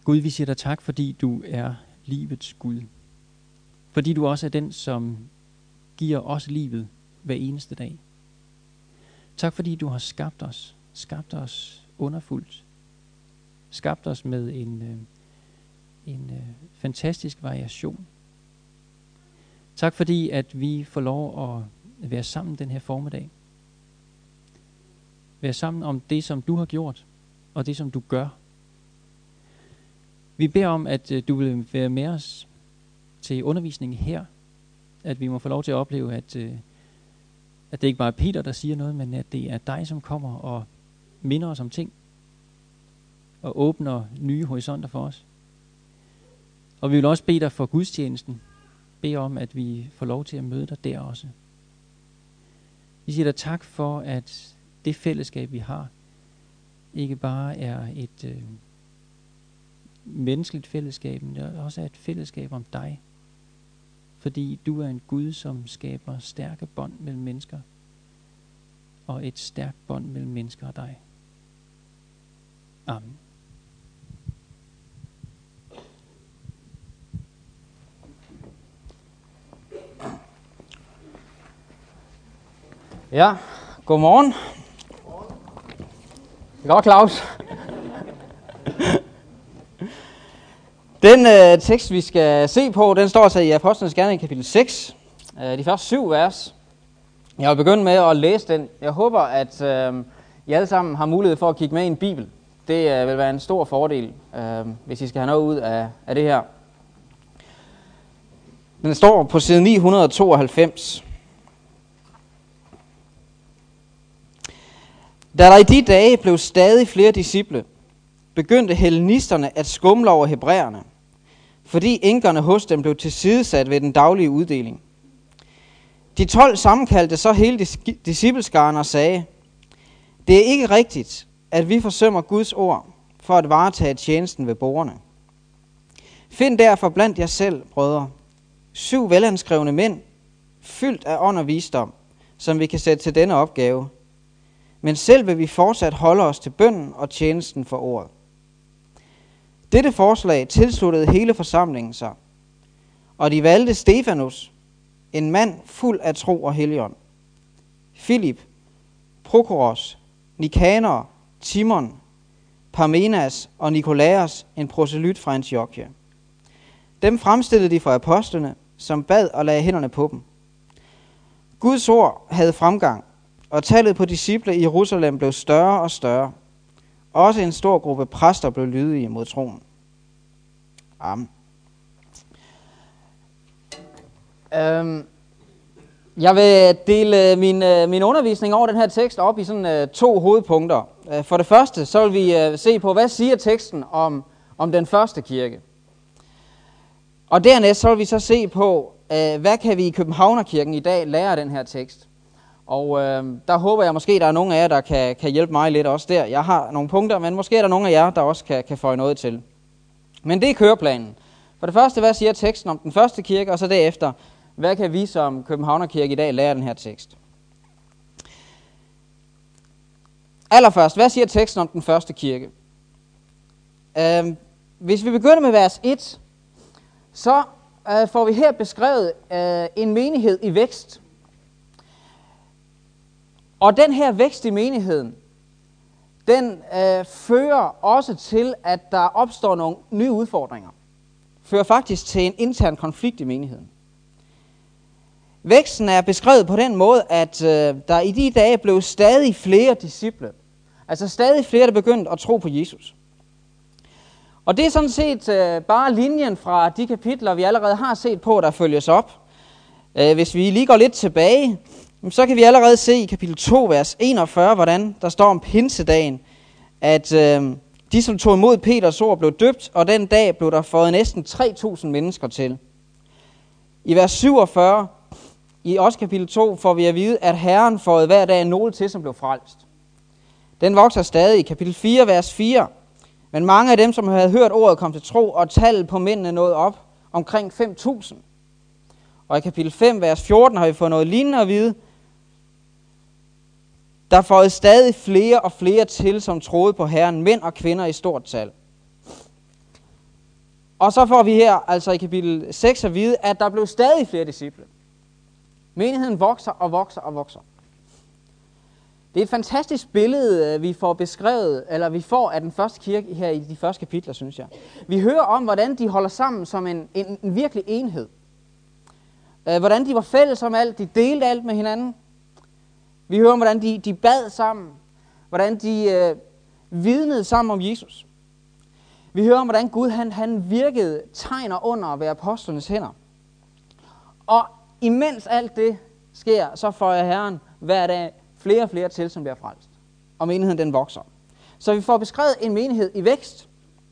Gud, vi siger dig tak, fordi du er livets Gud. Fordi du også er den, som giver os livet hver eneste dag. Tak fordi du har skabt os underfuldt. Skabt os med en fantastisk variation. Tak fordi, at vi får lov at være sammen den her formiddag. Være sammen om det, som du har gjort, og det, som du gør. Vi beder om, at du vil være med os til undervisningen her. At vi må få lov til at opleve, at det ikke bare er Peter, der siger noget, men at det er dig, som kommer og minder os om ting. Og åbner nye horisonter for os. Og vi vil også bede dig for gudstjenesten. Bede om, at vi får lov til at møde dig der også. Vi siger dig tak for, at det fællesskab, vi har, ikke bare er et menneskeligt fællesskab, men det også er et fællesskab om dig. Fordi du er en Gud, som skaber stærke bånd mellem mennesker. Og et stærkt bånd mellem mennesker og dig. Amen. Ja, godmorgen. Godt, Claus. Den tekst, vi skal se på, den står så i Apostlenes Gerninger kapitel 6, de første 7 vers. Jeg vil begynde med at læse den. Jeg håber, at I alle sammen har mulighed for at kigge med i en bibel. Det vil være en stor fordel, hvis I skal have noget ud af det her. Den står på side 992. Da der i de dage blev stadig flere disciple, begyndte hellenisterne at skumle over hebræerne, fordi enkerne hos dem blev tilsidesat ved den daglige uddeling. De 12 sammenkaldte så hele discipleskaren og sagde, det er ikke rigtigt, at vi forsømmer Guds ord for at varetage tjenesten ved bordene. Find derfor blandt jer selv, brødre, 7 velanskrevne mænd, fyldt af ånd og visdom, som vi kan sætte til denne opgave. Men selv vil vi fortsat holde os til bønnen og tjenesten for ordet. Dette forslag tilsluttede hele forsamlingen sig, og de valgte Stefanus, en mand fuld af tro og helligånd, Filip, Prokoros, Nikanor, Timon, Parmenas og Nikolaos, en proselyt fra Antiochia. Dem fremstillede de for apostlene, som bad og lagde hænderne på dem. Guds ord havde fremgang, og tallet på disciple i Jerusalem blev større og større. Også en stor gruppe præster blev lydige mod troen. Amen. Jeg vil dele min undervisning over den her tekst op i sådan 2 hovedpunkter. For det første, så vil vi se på, hvad siger teksten om den første kirke. Og dernæst så vil vi så se på, hvad kan vi i Københavnerkirken i dag lære af den her tekst. Og der håber jeg måske, der er nogle af jer, der kan hjælpe mig lidt også der. Jeg har nogle punkter, men måske er der nogle af jer, der også kan føje noget til. Men det er køreplanen. For det første, hvad siger teksten om den første kirke, og så derefter, hvad kan vi som Københavnerkirke i dag lære af den her tekst? Allerførst, hvad siger teksten om den første kirke? Hvis vi begynder med vers 1, så får vi her beskrevet en menighed i vækst. Og den her vækst i menigheden, den fører også til, at der opstår nogle nye udfordringer. Fører faktisk til en intern konflikt i menigheden. Væksten er beskrevet på den måde, at der i de dage blev stadig flere disciple. Altså stadig flere, der begyndte at tro på Jesus. Og det er sådan set bare linjen fra de kapitler, vi allerede har set på, der følges op. Hvis vi lige går lidt tilbage, så kan vi allerede se i kapitel 2, vers 41, hvordan der står om pinsedagen, at de, som tog imod Peters ord, blev døbt, og den dag blev der fået næsten 3.000 mennesker til. I vers 47, i også kapitel 2, får vi at vide, at Herren fåede hver dag nogle til, som blev frelst. Den vokser stadig i kapitel 4, vers 4. Men mange af dem, som havde hørt ordet, kom til tro, og tallet på mændene nåede op omkring 5.000. Og i kapitel 5, vers 14 har vi fået noget lignende at vide. Der fåede stadig flere og flere til, som troede på Herren, mænd og kvinder i stort tal. Og så får vi her, altså i kapitel 6, at vide, at der blev stadig flere disciple. Menigheden vokser og vokser og vokser. Det er et fantastisk billede, vi får beskrevet, eller vi får af den første kirke her i de første kapitler, synes jeg. Vi hører om, hvordan de holder sammen som en virkelig enhed. Hvordan de var fælles om alt, de delte alt med hinanden. Vi hører om, hvordan de bad sammen, hvordan de vidnede sammen om Jesus. Vi hører om, hvordan Gud han virkede tegner under ved apostlenes hænder. Og imens alt det sker, så får Herren hver dag flere og flere til, som bliver frelst. Og menigheden den vokser. Så vi får beskrevet en menighed i vækst.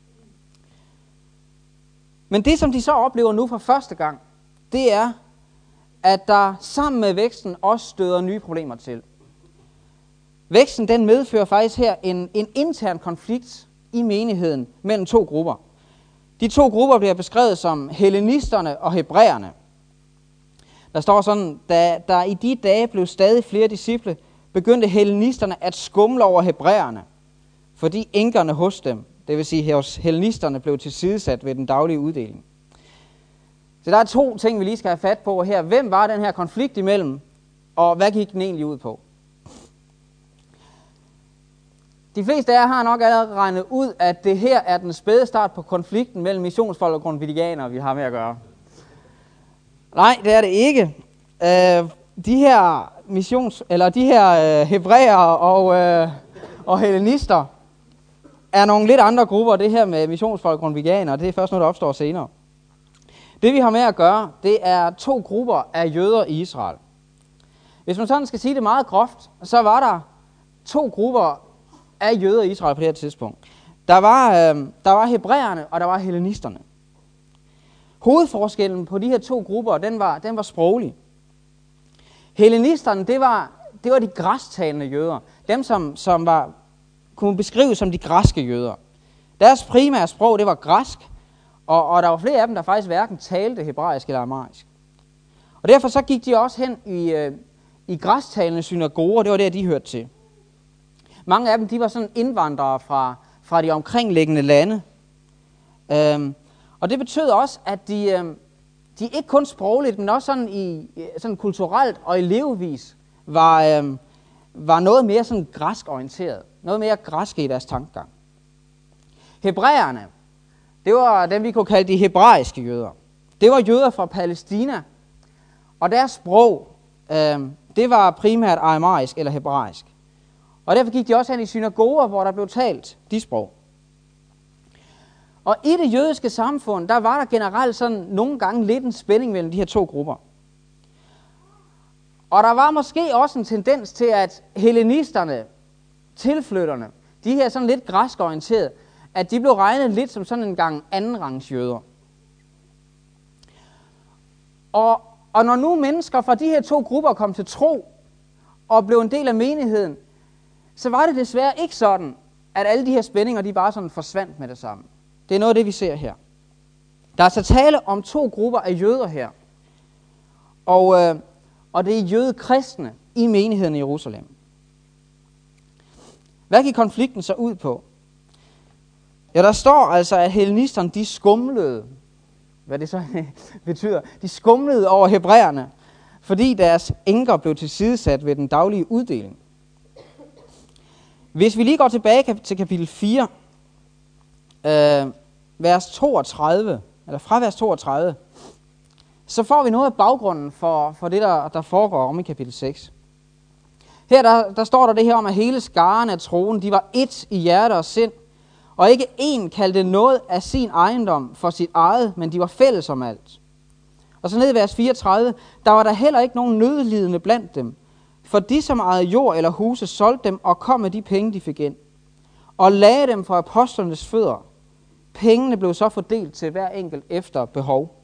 Men det, som de så oplever nu for første gang, det er, at der sammen med væksten også støder nye problemer til. Væksten den medfører faktisk her en intern konflikt i menigheden mellem to grupper. De to grupper bliver beskrevet som hellenisterne og hebræerne. Der står sådan, da der i de dage blev stadig flere disciple, begyndte hellenisterne at skumle over hebræerne, fordi enkerne hos dem, det vil sige hos hellenisterne, blev tilsidesat ved den daglige uddeling. Så der er to ting, vi lige skal have fat på her. Hvem var den her konflikt imellem, og hvad gik den egentlig ud på? De fleste af jer har nok allerede regnet ud, at det her er den spæde start på konflikten mellem missionsfolk og grundvidianere, vi har med at gøre. Nej, det er det ikke. De her hebræer og hellenister er nogle lidt andre grupper. Det her med missionsfolk og grundvidianere, det er først noget, der opstår senere. Det vi har med at gøre, det er to grupper af jøder i Israel. Hvis man sådan skal sige det meget groft, så var der to grupper af jøder i Israel på det her tidspunkt. Der var hebræerne, og der var hellenisterne. Hovedforskellen på de her to grupper, den var sproglig. Hellenisterne, det var de græstalende jøder. Dem, som kunne beskrives som de græske jøder. Deres primære sprog, det var græsk, og der var flere af dem, der faktisk hverken talte hebraisk eller aramaisk. Og derfor så gik de også hen i græstalende synagoger, det var der, de hørte til. Mange af dem, de var sådan indvandrere fra de omkringliggende lande. Og det betød også, at de ikke kun sprogligt, men også sådan kulturelt og i levevis var noget mere sådan græsk orienteret. Noget mere græske i deres tankegang. Hebræerne, det var dem, vi kunne kalde de hebraiske jøder. Det var jøder fra Palæstina, og deres sprog, det var primært aramaisk eller hebraisk. Og derfor gik de også hen i synagoger, hvor der blev talt de sprog. Og i det jødiske samfund, der var der generelt sådan nogle gange lidt en spænding mellem de her to grupper. Og der var måske også en tendens til, at hellenisterne, tilflytterne, de her sådan lidt græskorienterede, at de blev regnet lidt som sådan en gang andenrangs jøder. Og når nu mennesker fra de her to grupper kom til tro og blev en del af menigheden, så var det desværre ikke sådan, at alle de her spændinger, de bare sådan forsvandt med det samme. Det er noget af det, vi ser her. Der er så tale om to grupper af jøder her. Og det er jødekristne i menigheden i Jerusalem. Hvad gik konflikten så ud på? Ja, der står altså, at hellenisterne, de skumlede. Hvad det så betyder? De skumlede over hebræerne, fordi deres enker blev tilsidesat ved den daglige uddeling. Hvis vi lige går tilbage til kapitel 4, vers 32, eller fra vers 32, så får vi noget af baggrunden for det, der foregår om i kapitel 6. Her der står der det her om, at hele skaren af troen, de var ét i hjerte og sind, og ikke én kaldte noget af sin ejendom for sit eget, men de var fælles om alt. Og så ned i vers 34, der var der heller ikke nogen nødlidende blandt dem, for de, som ejede jord eller huse, solgte dem og kom med de penge, de fik ind, og lagde dem for apostlenes fødder. Pengene blev så fordelt til hver enkelt efter behov.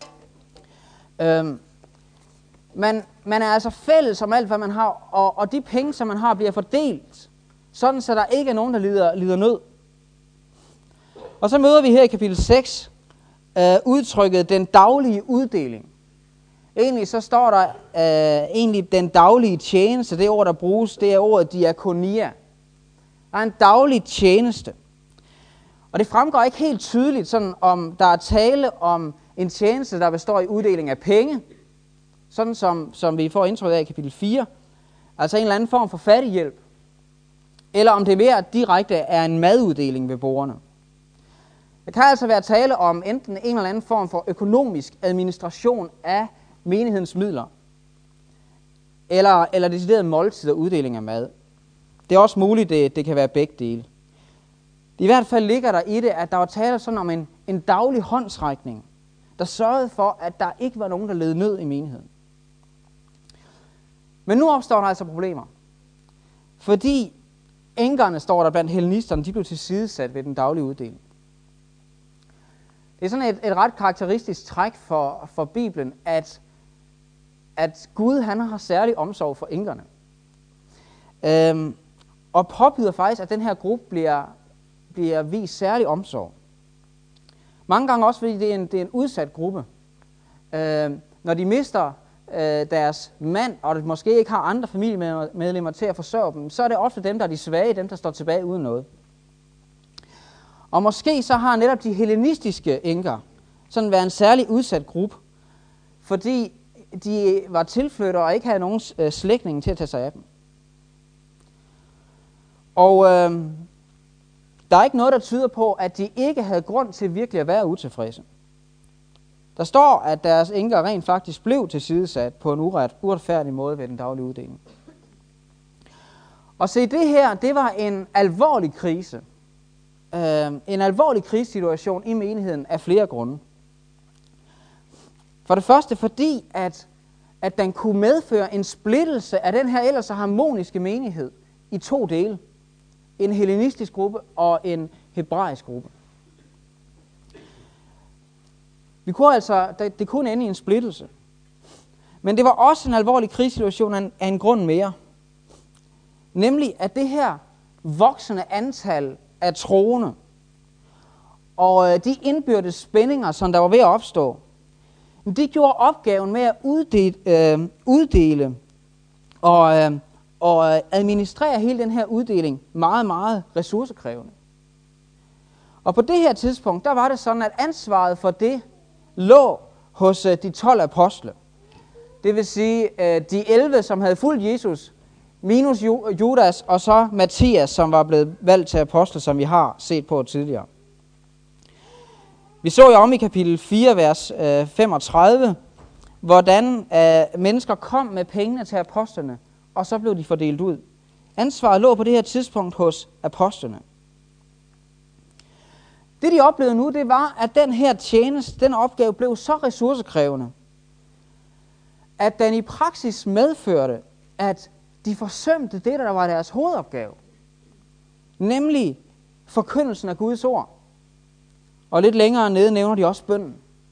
Man er altså fælles om alt, hvad man har, og de penge, som man har, bliver fordelt, sådan så der ikke er nogen, der lider nød. Og så møder vi her i kapitel 6 udtrykket den daglige uddeling. Egentlig så står der den daglige tjeneste, det ord, der bruges, det er ordet diakonia. Der er en daglig tjeneste. Og det fremgår ikke helt tydeligt, sådan om der er tale om en tjeneste, der består i uddeling af penge, sådan som vi får indtryk af i kapitel 4, altså en eller anden form for fattighjælp, eller om det mere direkte er en maduddeling ved bordene. Det kan altså være tale om enten en eller anden form for økonomisk administration af menighedens midler, eller decideret måltid og uddeling af mad. Det er også muligt, det kan være begge dele. I hvert fald ligger der i det, at der var tale sådan om en daglig håndsrækning, der sørgede for, at der ikke var nogen, der led nød i menigheden. Men nu opstår der altså problemer. Fordi enkerne, står der blandt hellenisterne, de blev tilsidesat ved den daglige uddeling. Det er sådan et ret karakteristisk træk for Bibelen, at Gud han har særlig omsorg for enkerne. Og påbyder faktisk, at den her gruppe bliver vist særlig omsorg. Mange gange også, fordi det er en udsat gruppe. Når de mister deres mand, og måske ikke har andre familiemedlemmer til at forsørge dem, så er det ofte dem, der er de svage, dem, der står tilbage uden noget. Og måske så har netop de hellenistiske enker sådan været en særlig udsat gruppe, fordi de var tilflyttere og ikke havde nogen slægtninge til at tage sig af dem. Og der er ikke noget, der tyder på, at de ikke havde grund til virkelig at være utilfredse. Der står, at deres enker rent faktisk blev tilsidesat på en uretfærdig måde ved den daglige uddeling. Og se, det her, det var en alvorlig krise. En alvorlig krisesituation i menigheden af flere grunde. For det første fordi, at den kunne medføre en splittelse af den her ellers harmoniske menighed i to dele. En hellenistisk gruppe og en hebraisk gruppe. Det kunne ende i en splittelse. Men det var også en alvorlig krisesituation af en grund mere. Nemlig at det her voksende antal af troende og de indbyrdes spændinger, som der var ved at opstå, de gjorde opgaven med at uddele og administrere hele den her uddeling meget, meget ressourcekrævende. Og på det her tidspunkt, der var det sådan, at ansvaret for det lå hos de 12 apostle. Det vil sige de 11, som havde fulgt Jesus, minus Judas og så Matthias, som var blevet valgt til apostle, som vi har set på tidligere. Vi så jo om i kapitel 4, vers 35, hvordan mennesker kom med pengene til apostlene, og så blev de fordelt ud. Ansvaret lå på det her tidspunkt hos apostlene. Det de oplevede nu, det var, at den her tjeneste, den opgave blev så ressourcekrævende, at den i praksis medførte, at de forsømte det, der var deres hovedopgave. Nemlig forkyndelsen af Guds ord. Og lidt længere nede nævner de også bønnen.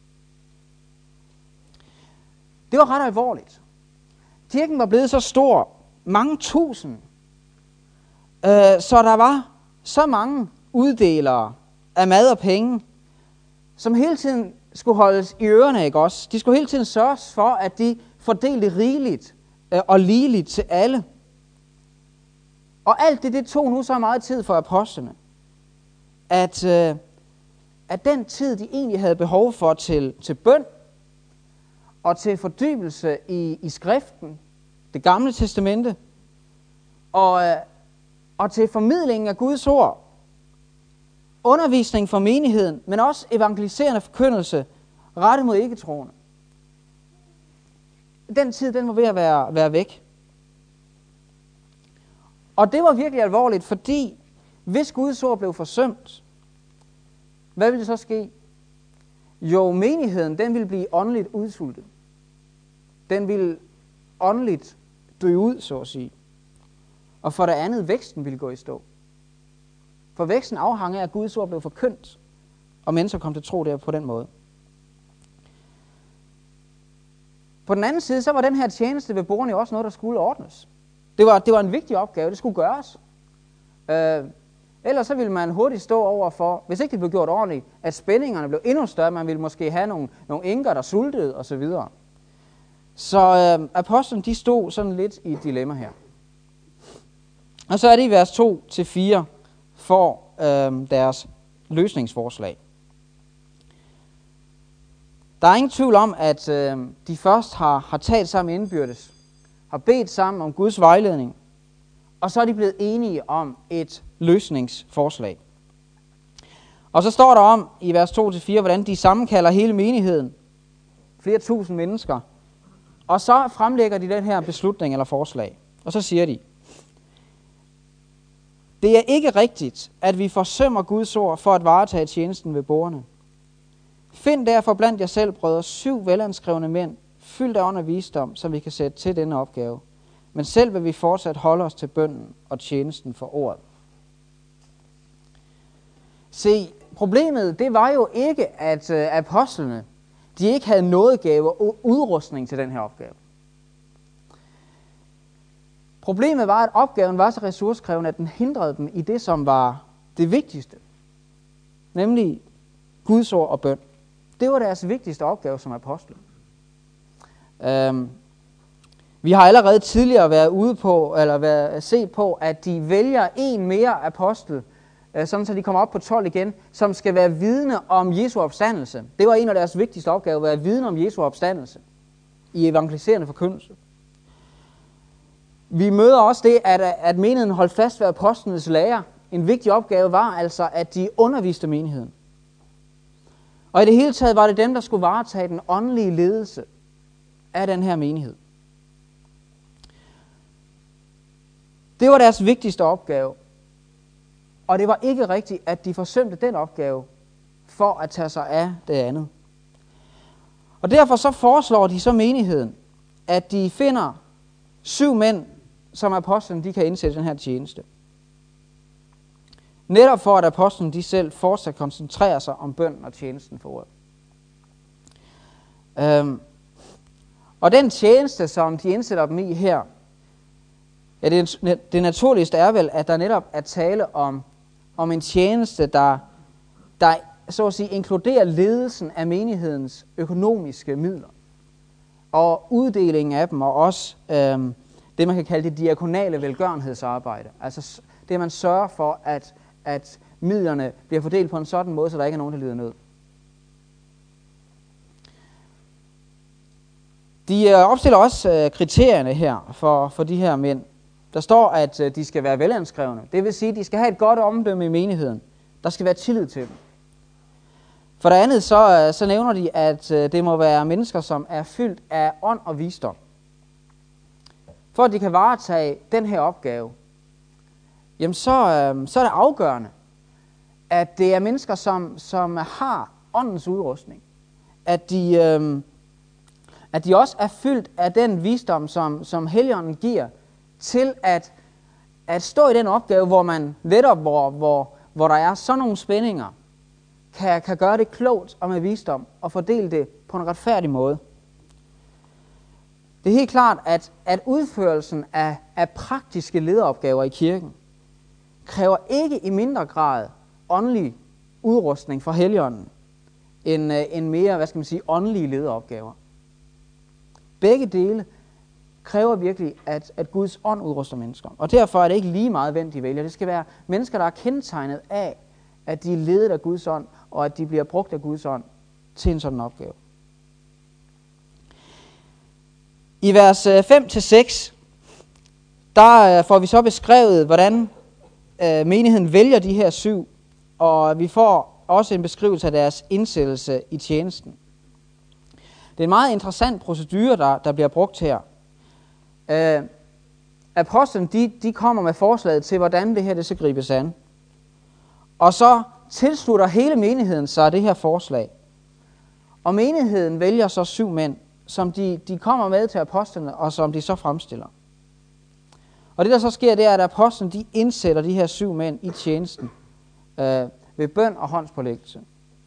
Det var ret alvorligt. Kirken var blevet så stor, mange tusind, så der var så mange uddelere af mad og penge, som hele tiden skulle holdes i ørerne, ikke også? De skulle hele tiden sørges for, at de fordelte rigeligt og ligeligt til alle. Og alt det tog nu så meget tid for apostlene, at den tid, de egentlig havde behov for til bøn og til fordybelse i skriften, det gamle testamente, og til formidlingen af Guds ord, undervisning for menigheden, men også evangeliserende forkyndelse rettet mod ikke-troende. Den tid, den var ved at være væk. Og det var virkelig alvorligt, fordi hvis Guds ord blev forsømt, hvad ville det så ske? Jo, menigheden, den ville blive åndeligt udsultet. Den ville åndeligt dø ud, så at sige. Og for det andet, væksten ville gå i stå. For væksten afhang af, at Guds ord blev forkyndt, og mennesker kom til tro der på den måde. På den anden side, så var den her tjeneste ved bordene jo også noget, der skulle ordnes. Det var en vigtig opgave, det skulle gøres. Ellers så ville man hurtigt stå over for, hvis ikke det blev gjort ordentligt, at spændingerne blev endnu større. Man ville måske have nogle enker, der sultede osv. Så apostlene, de stod sådan lidt i et dilemma her. Og så er det i vers 2-4 får deres løsningsforslag. Der er ingen tvivl om, at de først har talt sammen indbyrdes, har bedt sammen om Guds vejledning, og så er de blevet enige om et løsningsforslag. Og så står der om i vers 2-4, hvordan de sammenkalder hele menigheden, flere tusind mennesker, og så fremlægger de den her beslutning eller forslag. Og så siger de, det er ikke rigtigt, at vi forsømmer Guds ord for at varetage tjenesten ved bordene. Find derfor blandt jer selv, brødre, 7 velanskrevne mænd, fyldt af ånd og visdom, som vi kan sætte til denne opgave. Men selv vil vi fortsat holde os til bønnen og tjenesten for ordet. Se, problemet det var jo ikke, at apostlene de ikke havde nådegave og udrustning til den her opgave. Problemet var, at opgaven var så ressourcekrævende, at den hindrede dem i det, som var det vigtigste. Nemlig Guds ord og bøn. Det var deres vigtigste opgave som apostle. Vi har allerede tidligere været ude på, eller set på, at de vælger en mere apostel, sådan så de kommer op på 12 igen, som skal være vidne om Jesu opstandelse. Det var en af deres vigtigste opgaver, at være vidne om Jesu opstandelse i evangeliserende forkyndelse. Vi møder også det, at menigheden holdt fast ved apostlenes lære. En vigtig opgave var altså, at de underviste menigheden. Og i det hele taget var det dem, der skulle varetage den åndelige ledelse af den her menighed. Det var deres vigtigste opgave. Og det var ikke rigtigt, at de forsømte den opgave for at tage sig af det andet. Og derfor så foreslår de så menigheden, at de finder 7 mænd, som apostlen de kan indsætte i den her tjeneste. Netop for at apostlen de selv fortsat koncentrerer sig om bønnen og tjenesten for ordet. Og den tjeneste, som de indsætter dem i her, ja, det naturligste er vel, at der netop er tale om en tjeneste, der så at sige inkluderer ledelsen af menighedens økonomiske midler. Og uddelingen af dem, og også det, man kan kalde det diakonale velgørenhedsarbejde. Altså det, man sørger for, at midlerne bliver fordelt på en sådan måde, så der ikke er nogen, der lider nød. De opstiller også kriterierne her for de her mænd. Der står, at de skal være velanskrevne. Det vil sige, at de skal have et godt omdømme i menigheden. Der skal være tillid til dem. For det andet så nævner de, at det må være mennesker, som er fyldt af ånd og visdom. For at de kan varetage den her opgave, jamen så er det afgørende, at det er mennesker, som har åndens udrustning. At de også er fyldt af den visdom, som Helligånden giver, til at stå i den opgave, hvor man netop, hvor der er sådan nogle spændinger, kan gøre det klogt og med visdom, og fordele det på en retfærdig måde. Det er helt klart, at udførelsen af praktiske lederopgaver i kirken, kræver ikke i mindre grad åndelig udrustning fra Helligånden, end mere, åndelige lederopgaver. Begge dele kræver virkelig, at Guds ånd udruster mennesker. Og derfor er det ikke lige meget, hvem de vælger. Det skal være mennesker, der er kendetegnet af, at de er ledet af Guds ånd, og at de bliver brugt af Guds ånd til en sådan opgave. I vers 5-6, der får vi så beskrevet, hvordan menigheden vælger de her 7, og vi får også en beskrivelse af deres indsættelse i tjenesten. Det er en meget interessant procedure, der bliver brugt her. Apostlen, de kommer med forslaget til, hvordan det her det skal gribes an. Og så tilslutter hele menigheden sig det her forslag. Og menigheden vælger så 7 mænd, som de kommer med til apostlene, og som de så fremstiller. Og det der så sker, det er, at apostlen de indsætter de her 7 mænd i tjenesten ved bøn og håndspålæggelse.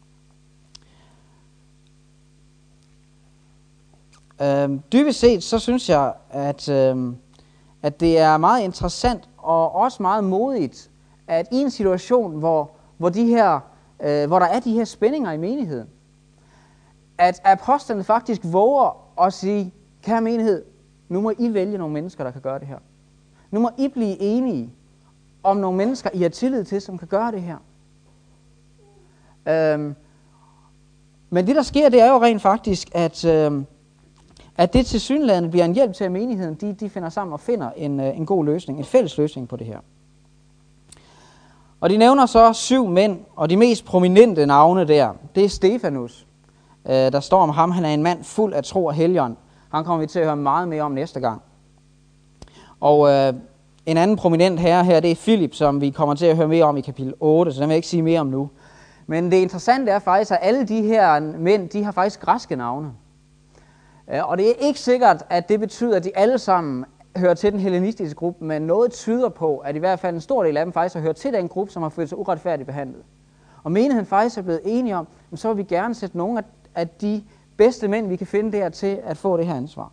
Dybest set, så synes jeg, at det er meget interessant og også meget modigt, at i en situation, hvor der er de her spændinger i menigheden, at apostlene faktisk våger at sige, kære menighed, nu må I vælge nogle mennesker, der kan gøre det her. Nu må I blive enige om nogle mennesker, I har tillid til, som kan gøre det her. Men det, der sker, det er jo rent faktisk, at det tilsyneladende bliver en hjælp til, at menigheden de finder sammen og finder en god løsning, en fælles løsning på det her. Og de nævner så 7 mænd, og de mest prominente navne der, det er Stefanus. Der står om ham, han er en mand fuld af tro og helligånd. Han kommer vi til at høre meget mere om næste gang. Og en anden prominent herre her, det er Filip, som vi kommer til at høre mere om i kapitel 8, så den vil jeg ikke sige mere om nu. Men det interessante er faktisk, at alle de her mænd, de har faktisk græske navne. Og det er ikke sikkert, at det betyder, at de alle sammen hører til den hellenistiske gruppe, men noget tyder på, at i hvert fald en stor del af dem faktisk har hørt til den gruppe, som har følt sig uretfærdigt behandlet. Og menigheden faktisk er blevet enige om, så vil vi gerne sætte nogle af de bedste mænd, vi kan finde der til at få det her ansvar.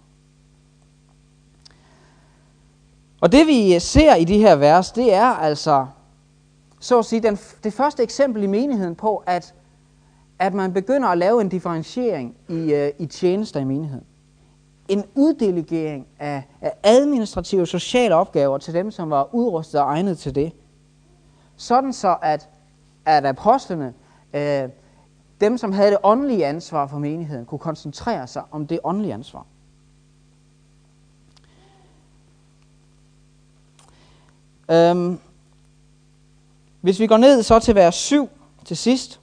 Og det vi ser i de her vers, det er altså, så at sige, det første eksempel i menigheden på, at man begynder at lave en differentiering i tjenester i menigheden. En uddelegering af administrative og sociale opgaver til dem, som var udrustet og egnet til det. Sådan så, at apostlene, dem som havde det åndelige ansvar for menigheden, kunne koncentrere sig om det åndelige ansvar. Hvis vi går ned så til vers 7 til sidst,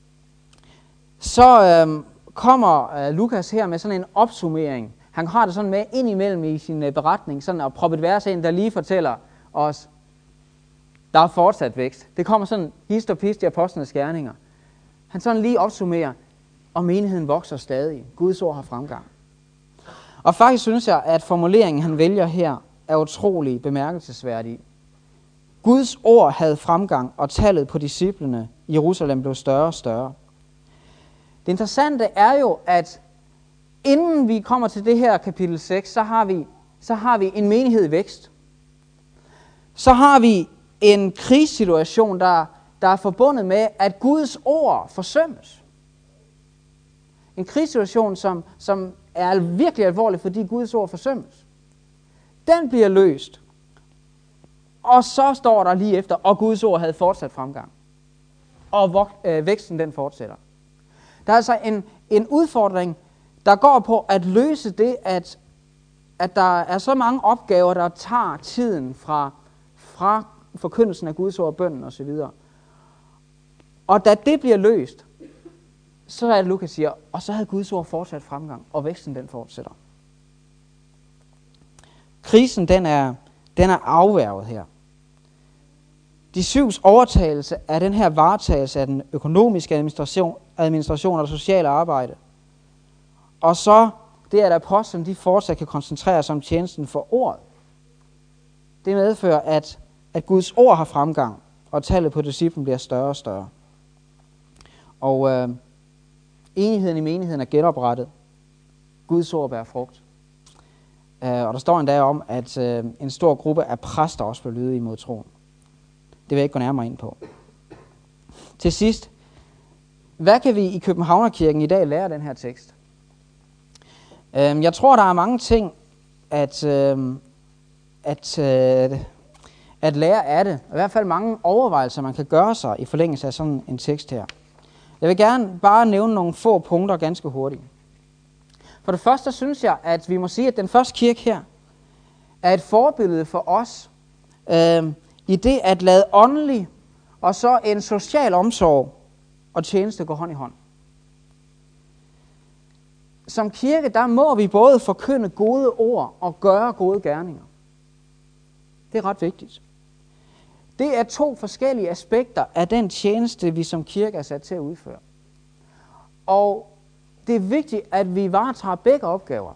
så kommer Lukas her med sådan en opsummering. Han har det sådan med ind imellem i sin beretning, sådan at proppe et vers ind, der lige fortæller os, der er fortsat vækst. Det kommer sådan hist og pist i apostlenes gerninger. Han sådan lige opsummerer, og menigheden vokser stadig. Guds ord har fremgang. Og faktisk synes jeg, at formuleringen, han vælger her, er utrolig bemærkelsesværdig. Guds ord havde fremgang, og tallet på disciplene i Jerusalem blev større og større. Det interessante er jo, at inden vi kommer til det her kapitel 6, så har vi en menighed i vækst. Så har vi en krigssituation, der er forbundet med, at Guds ord forsømmes. En krigssituation, som er virkelig alvorlig, fordi Guds ord forsømmes. Den bliver løst. Og så står der lige efter, og Guds ord havde fortsat fremgang. Og væksten den fortsætter. Der er altså en udfordring, der går på at løse det, at der er så mange opgaver, der tager tiden fra forkyndelsen af Guds ord, bønnen osv. Og da det bliver løst, så er det, Lukas siger, og så havde Guds ord fortsat fremgang, og væksten den fortsætter. Krisen den er afværget her. De 7's overtagelse af den her varetagelse af den økonomiske administration og det sociale arbejde. Og så det, at apostlene de fortsat kan koncentrere sig om tjenesten for ordet. Det medfører, at Guds ord har fremgang, og tallet på disciplen bliver større og større. Og enigheden i menigheden er genoprettet. Guds ord bærer frugt. Og der står endda om, at en stor gruppe af præster også blev lydige imod troen. Det vil jeg ikke gå nærmere ind på. Til sidst, hvad kan vi i Københavnerkirken i dag lære af den her tekst? Jeg tror, der er mange ting at lære af det. I hvert fald mange overvejelser, man kan gøre sig i forlængelse af sådan en tekst her. Jeg vil gerne bare nævne nogle få punkter ganske hurtigt. For det første synes jeg, at vi må sige, at den første kirke her er et forbillede for os i det at lade åndelig og så en social omsorg og tjeneste gå hånd i hånd. Som kirke, der må vi både forkynde gode ord og gøre gode gerninger. Det er ret vigtigt. Det er 2 forskellige aspekter af den tjeneste, vi som kirke er sat til at udføre. Og det er vigtigt, at vi varetager begge opgaver.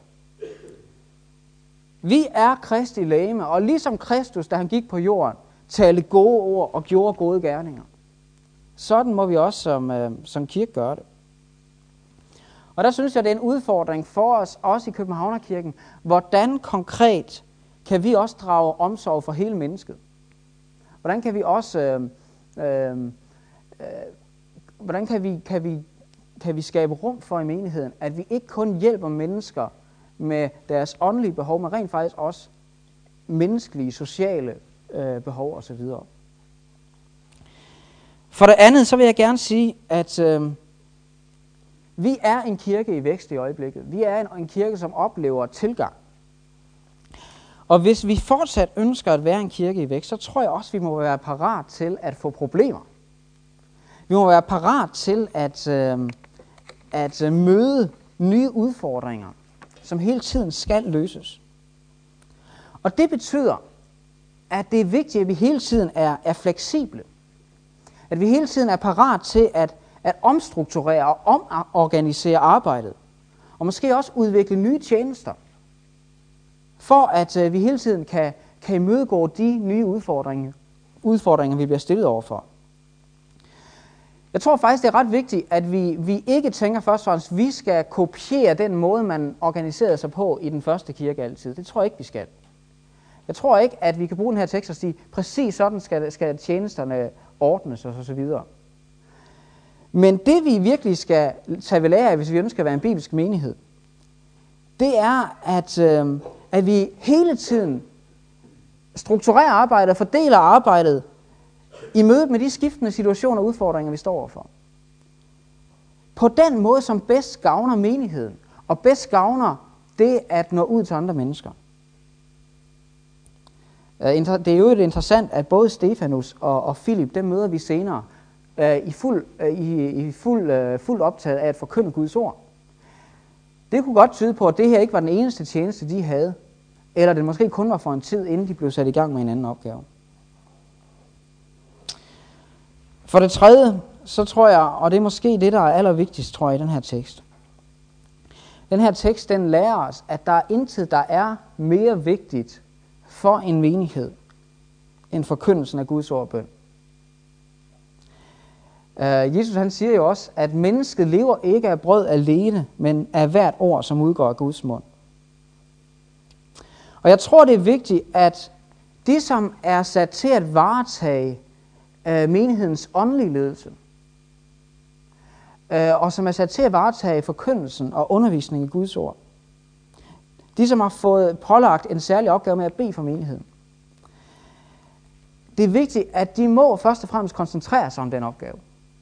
Vi er Kristi legeme, og ligesom Kristus, da han gik på jorden, talte gode ord og gjorde gode gerninger. Sådan må vi også som kirke gøre det. Og der synes jeg, det er en udfordring for os, også i Københavnerkirken, hvordan konkret kan vi også drage omsorg for hele mennesket? Hvordan kan vi også, hvordan kan vi skabe rum for i menigheden, at vi ikke kun hjælper mennesker med deres åndelige behov, men rent faktisk også menneskelige, sociale behov osv. For det andet, så vil jeg gerne sige, at vi er en kirke i vækst i øjeblikket. Vi er en kirke, som oplever tilgang. Og hvis vi fortsat ønsker at være en kirke i vækst, så tror jeg også, vi må være parat til at få problemer. Vi må være parat til at møde nye udfordringer, som hele tiden skal løses. Og det betyder, at det er vigtigt, at vi hele tiden er fleksible. At vi hele tiden er parat til at omstrukturere og omorganisere arbejdet. Og måske også udvikle nye tjenester. For at vi hele tiden kan imødegå de nye udfordringer, vi bliver stillet overfor. Jeg tror faktisk, det er ret vigtigt, at vi ikke tænker først og fremmest, at vi skal kopiere den måde, man organiserede sig på i den første kirke altid. Det tror jeg ikke, vi skal. Jeg tror ikke, at vi kan bruge den her tekst og sige, præcis sådan skal tjenesterne ordnes og så videre. Men det vi virkelig skal tage ved lære af, hvis vi ønsker at være en bibelsk menighed, det er, at vi hele tiden strukturerer arbejdet og fordeler arbejdet i mødet med de skiftende situationer og udfordringer, vi står overfor. På den måde, som bedst gavner menigheden, og bedst gavner det at nå ud til andre mennesker. Det er jo interessant, at både Stefanus og Filip, dem møder vi senere, i fuld optaget af at forkynde Guds ord. Det kunne godt tyde på, at det her ikke var den eneste tjeneste, de havde, eller det måske kun var for en tid, inden de blev sat i gang med en anden opgave. For det tredje, så tror jeg, og det er måske det, der er allervigtigst, tror jeg, i den her tekst. Den her tekst, den lærer os, at der er intet, der er mere vigtigt for en menighed, end forkyndelsen af Guds ord og bøn. Jesus han siger jo også, at mennesket lever ikke af brød alene, men af hvert ord, som udgår af Guds mund. Og jeg tror, det er vigtigt, at de, som er sat til at varetage menighedens åndelige ledelse, og som er sat til at varetage forkyndelsen og undervisning i Guds ord, de, som har fået pålagt en særlig opgave med at bede for menigheden, det er vigtigt, at de må først og fremmest koncentrere sig om den opgave.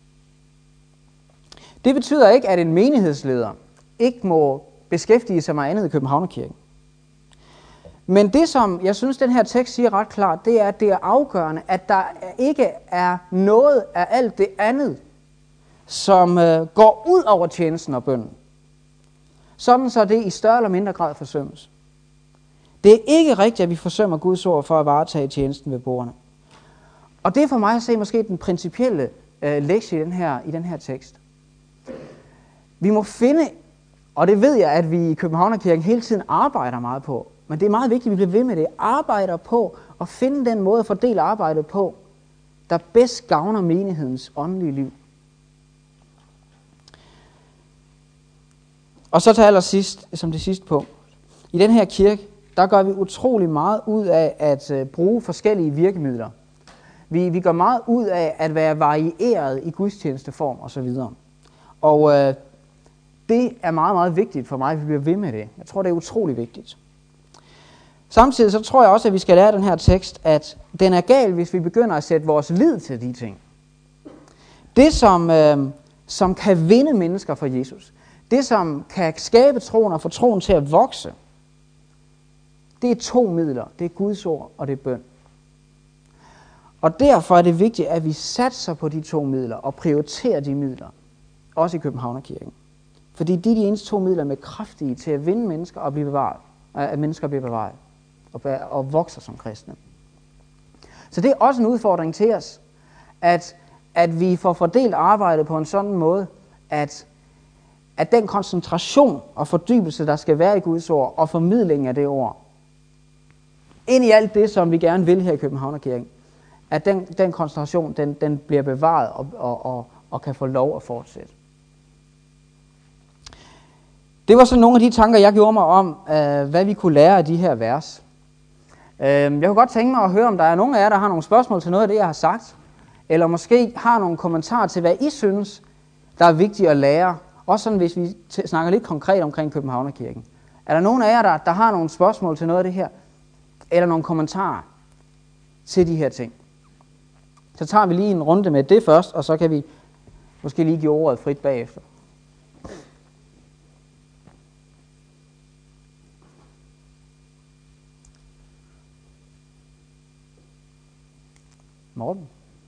Det betyder ikke, at en menighedsleder ikke må beskæftige sig med andet i Københavnerkirken. Men det, som jeg synes, den her tekst siger ret klart, det er, at det er afgørende, at der ikke er noget af alt det andet, som går ud over tjenesten og bønnen. Sådan så det i større eller mindre grad forsømmes. Det er ikke rigtigt, at vi forsømmer Guds ord for at varetage tjenesten ved bordene. Og det er for mig at se måske den principielle lektie i den her tekst. Vi må finde, og det ved jeg, at vi i Københavnerkirken hele tiden arbejder meget på, men det er meget vigtigt, at vi bliver ved med det, arbejder på at finde den måde at fordele arbejdet på, der bedst gavner menighedens åndelige liv. Og så til allersidst, som det sidste punkt. I den her kirke, der gør vi utrolig meget ud af at bruge forskellige virkemidler. Vi gør meget ud af at være varieret i gudstjenesteform osv. Og det er meget, meget vigtigt for mig, at vi bliver ved med det. Jeg tror, det er utrolig vigtigt. Samtidig så tror jeg også, at vi skal lære den her tekst, at den er gal, hvis vi begynder at sætte vores lid til de ting. Det, som kan vinde mennesker for Jesus, det, som kan skabe troen og få troen til at vokse, det er 2 midler. Det er Guds ord, og det er bøn. Og derfor er det vigtigt, at vi satser på de 2 midler og prioriterer de midler, også i Københavnerkirken. Fordi de er de eneste 2 midler med kraftige til at vinde mennesker og blive bevaret. At mennesker bliver bevaret og vokser som kristne. Så det er også en udfordring til os, at vi får fordelt arbejdet på en sådan måde, at den koncentration og fordybelse, der skal være i Guds ord, og formidling af det ord, ind i alt det, som vi gerne vil her i Københavnerkirken, at den koncentration, den bliver bevaret og kan få lov at fortsætte. Det var så nogle af de tanker, jeg gjorde mig om, hvad vi kunne lære af de her vers. Jeg kunne godt tænke mig at høre, om der er nogen af jer, der har nogle spørgsmål til noget af det, jeg har sagt, eller måske har nogle kommentarer til, hvad I synes, der er vigtigt at lære. Også sådan, hvis vi snakker lidt konkret omkring Københavnerkirken. Er der nogen af jer, der har nogle spørgsmål til noget af det her? Eller nogle kommentarer til de her ting? Så tager vi lige en runde med det først, og så kan vi måske lige give ordet frit bagefter. Morten?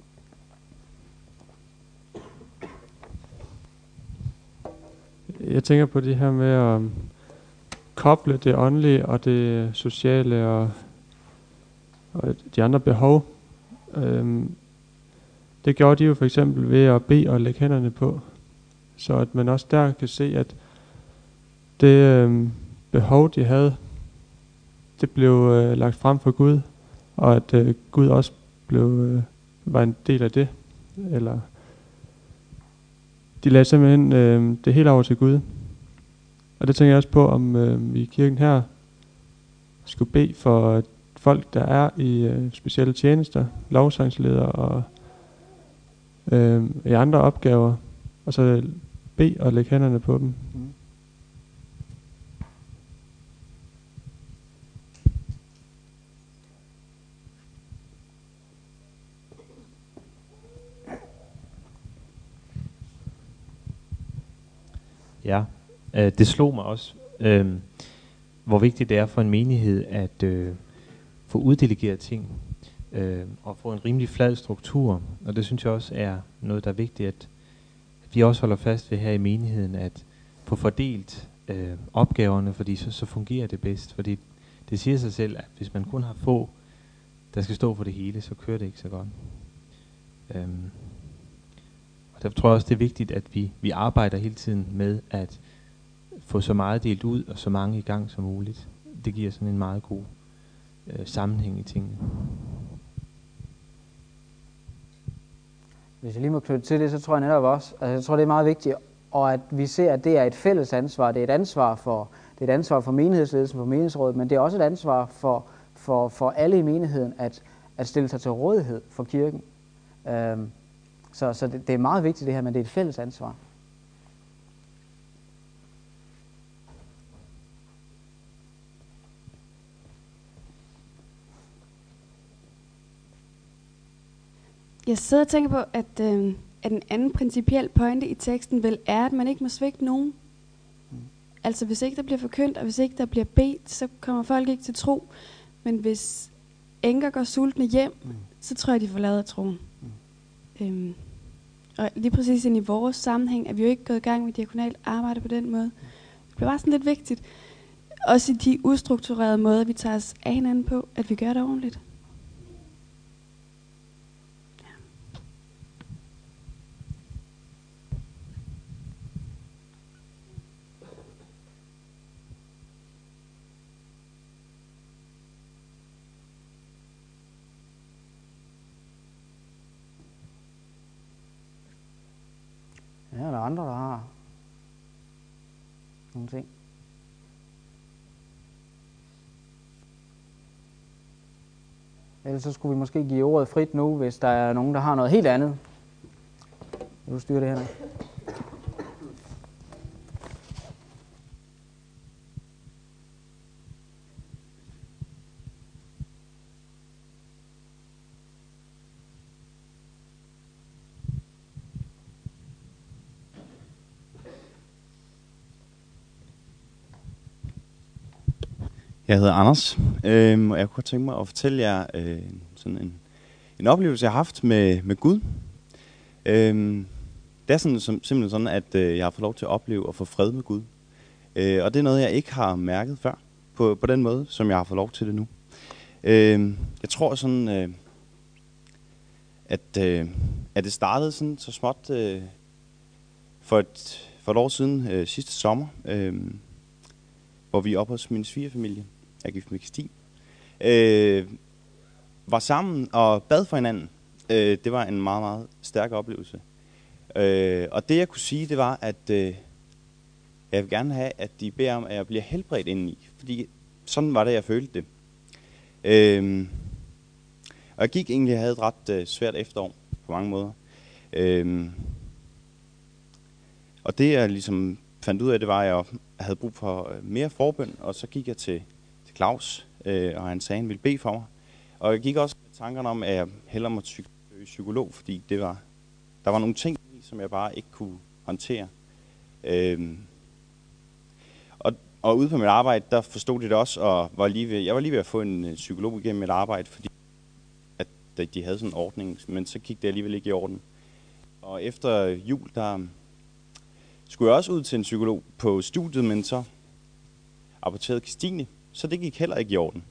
Jeg tænker på det her med at koble det åndelige og det sociale og de andre behov. Det gjorde de jo for eksempel ved at bede og lægge hænderne på, så at man også der kan se, at det behov, de havde, det blev lagt frem for Gud, og at Gud også var en del af det. Eller de lagde simpelthen det hele over til Gud. Og det tænker jeg også på, om vi i kirken her skulle bede for folk, der er i specielle tjenester, lovsangsledere og i andre opgaver, og så bede og lægge hænderne på dem. Ja, det slog mig også, hvor vigtigt det er for en menighed at få uddelegeret ting og få en rimelig flad struktur. Og det synes jeg også er noget, der er vigtigt, at vi også holder fast ved her i menigheden, at få fordelt opgaverne, fordi så fungerer det bedst. Fordi det siger sig selv, at hvis man kun har få, der skal stå for det hele, så kører det ikke så godt. Og derfor tror jeg også, det er vigtigt, at vi arbejder hele tiden med at få så meget delt ud og så mange i gang som muligt. Det giver sådan en meget god sammenhæng i tingene. Hvis jeg lige må knytte til det, så tror jeg netop også, altså jeg tror det er meget vigtigt, og at vi ser, at det er et fælles ansvar. Det er et ansvar for menighedsledelsen, for menighedsrådet, men det er også et ansvar for alle i menigheden at stille sig til rådighed for kirken. Så det er meget vigtigt det her, men det er et fælles ansvar. Jeg sidder og tænker på, at en anden principiel pointe i teksten vel er, at man ikke må svigte nogen. Altså hvis ikke der bliver forkyndt, og hvis ikke der bliver bedt, så kommer folk ikke til tro. Men hvis enker går sultne hjem, så tror jeg, de forlader troen. Og lige præcis ind i vores sammenhæng er vi jo ikke gået i gang med diakonalt arbejde på den måde. Det bliver bare sådan lidt vigtigt. Også i de ustrukturerede måder, vi tager os af hinanden på, at vi gør det ordentligt. Ja, der er andre, der har nogle ting. Ellers så skulle vi måske give ordet frit nu, hvis der er nogen, der har noget helt andet. Vil du styre det her? Jeg hedder Anders, og jeg kunne tænke mig at fortælle jer sådan en oplevelse, jeg har haft med Gud. Det er simpelthen sådan, at jeg har fået lov til at opleve at få fred med Gud. Og det er noget, jeg ikke har mærket før, på den måde, som jeg har fået lov til det nu. Jeg tror sådan, at det startede sådan så småt for et år siden, sidste sommer, hvor vi er oppe hos min svigerfamilie. Jeg er gift med Kristin. Var sammen og bad for hinanden. Det var en meget, meget stærk oplevelse. Og det jeg kunne sige, det var, at jeg vil gerne have, at de beder om, at jeg bliver helbredt indeni. Fordi sådan var det, jeg følte det. Og jeg gik egentlig, jeg havde et ret svært efterår på mange måder. Og det jeg ligesom fandt ud af, det var, at jeg havde brug for mere forbøn, og så gik jeg til Claus, og han sagde, han ville bede for mig. Og jeg gik også med tankerne om, at jeg hellere måtte søge søge psykolog, fordi der var nogle ting, som jeg bare ikke kunne håndtere. Og ude på mit arbejde, der forstod de det også, og jeg var lige ved at få en psykolog igennem mit arbejde, fordi at de havde sådan en ordning, men så gik det alligevel ikke i orden. Og efter jul, der skulle jeg også ud til en psykolog på studiet, men så aborterede Christine, så det gik heller ikke i orden.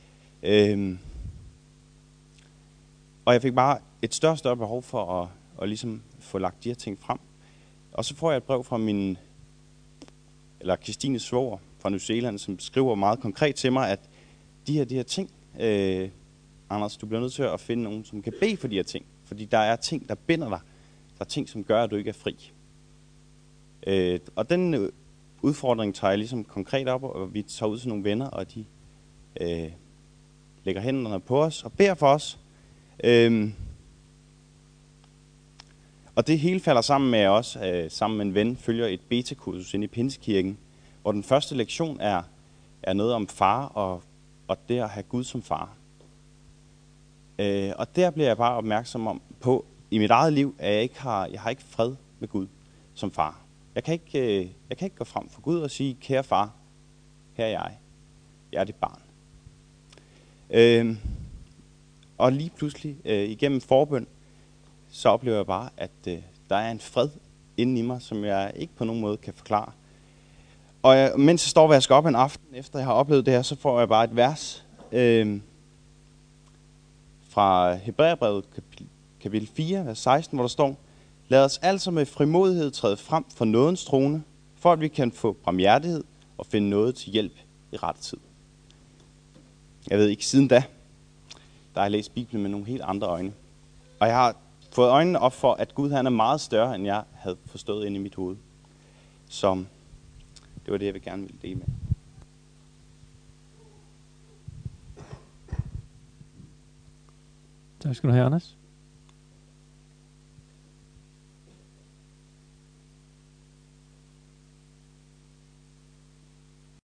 Og jeg fik bare et større behov for at ligesom få lagt de her ting frem. Og så får jeg et brev fra Christines svoger fra New Zealand, som skriver meget konkret til mig, at de her ting, Anders, du bliver nødt til at finde nogen, som kan bede for de her ting. Fordi der er ting, der binder dig. Der er ting, som gør, at du ikke er fri. Og den udfordring tager jeg ligesom konkret op, og vi tager ud til nogle venner, og de lægger hænderne på os og beder for os. Og det hele falder sammen med os, sammen med en ven, følger et beta-kursus inde i Pinsekirken, hvor den første lektion er noget om far og det at have Gud som far. Og der bliver jeg bare opmærksom på i mit eget liv, at jeg har ikke fred med Gud som far. Jeg kan ikke gå frem for Gud og sige, kære far, her er jeg. Jeg er dit barn. Og lige pludselig, igennem forbøn, så oplever jeg bare, at der er en fred inde i mig, som jeg ikke på nogen måde kan forklare. Og mens jeg står og vasker op en aften, efter jeg har oplevet det her, så får jeg bare et vers fra Hebræerbrevet kapitel 4, vers 16, hvor der står: lad os altså med frimodighed træde frem for nådens trone, for at vi kan få barmhjertighed og finde noget til hjælp i rette tid. Jeg ved ikke, siden da, der har jeg læst Bibelen med nogle helt andre øjne. Og jeg har fået øjnene op for, at Gud han er meget større, end jeg havde forstået inde i mit hoved. Så det var det, jeg vil gerne ville dele med. Tak skal du have, Anders.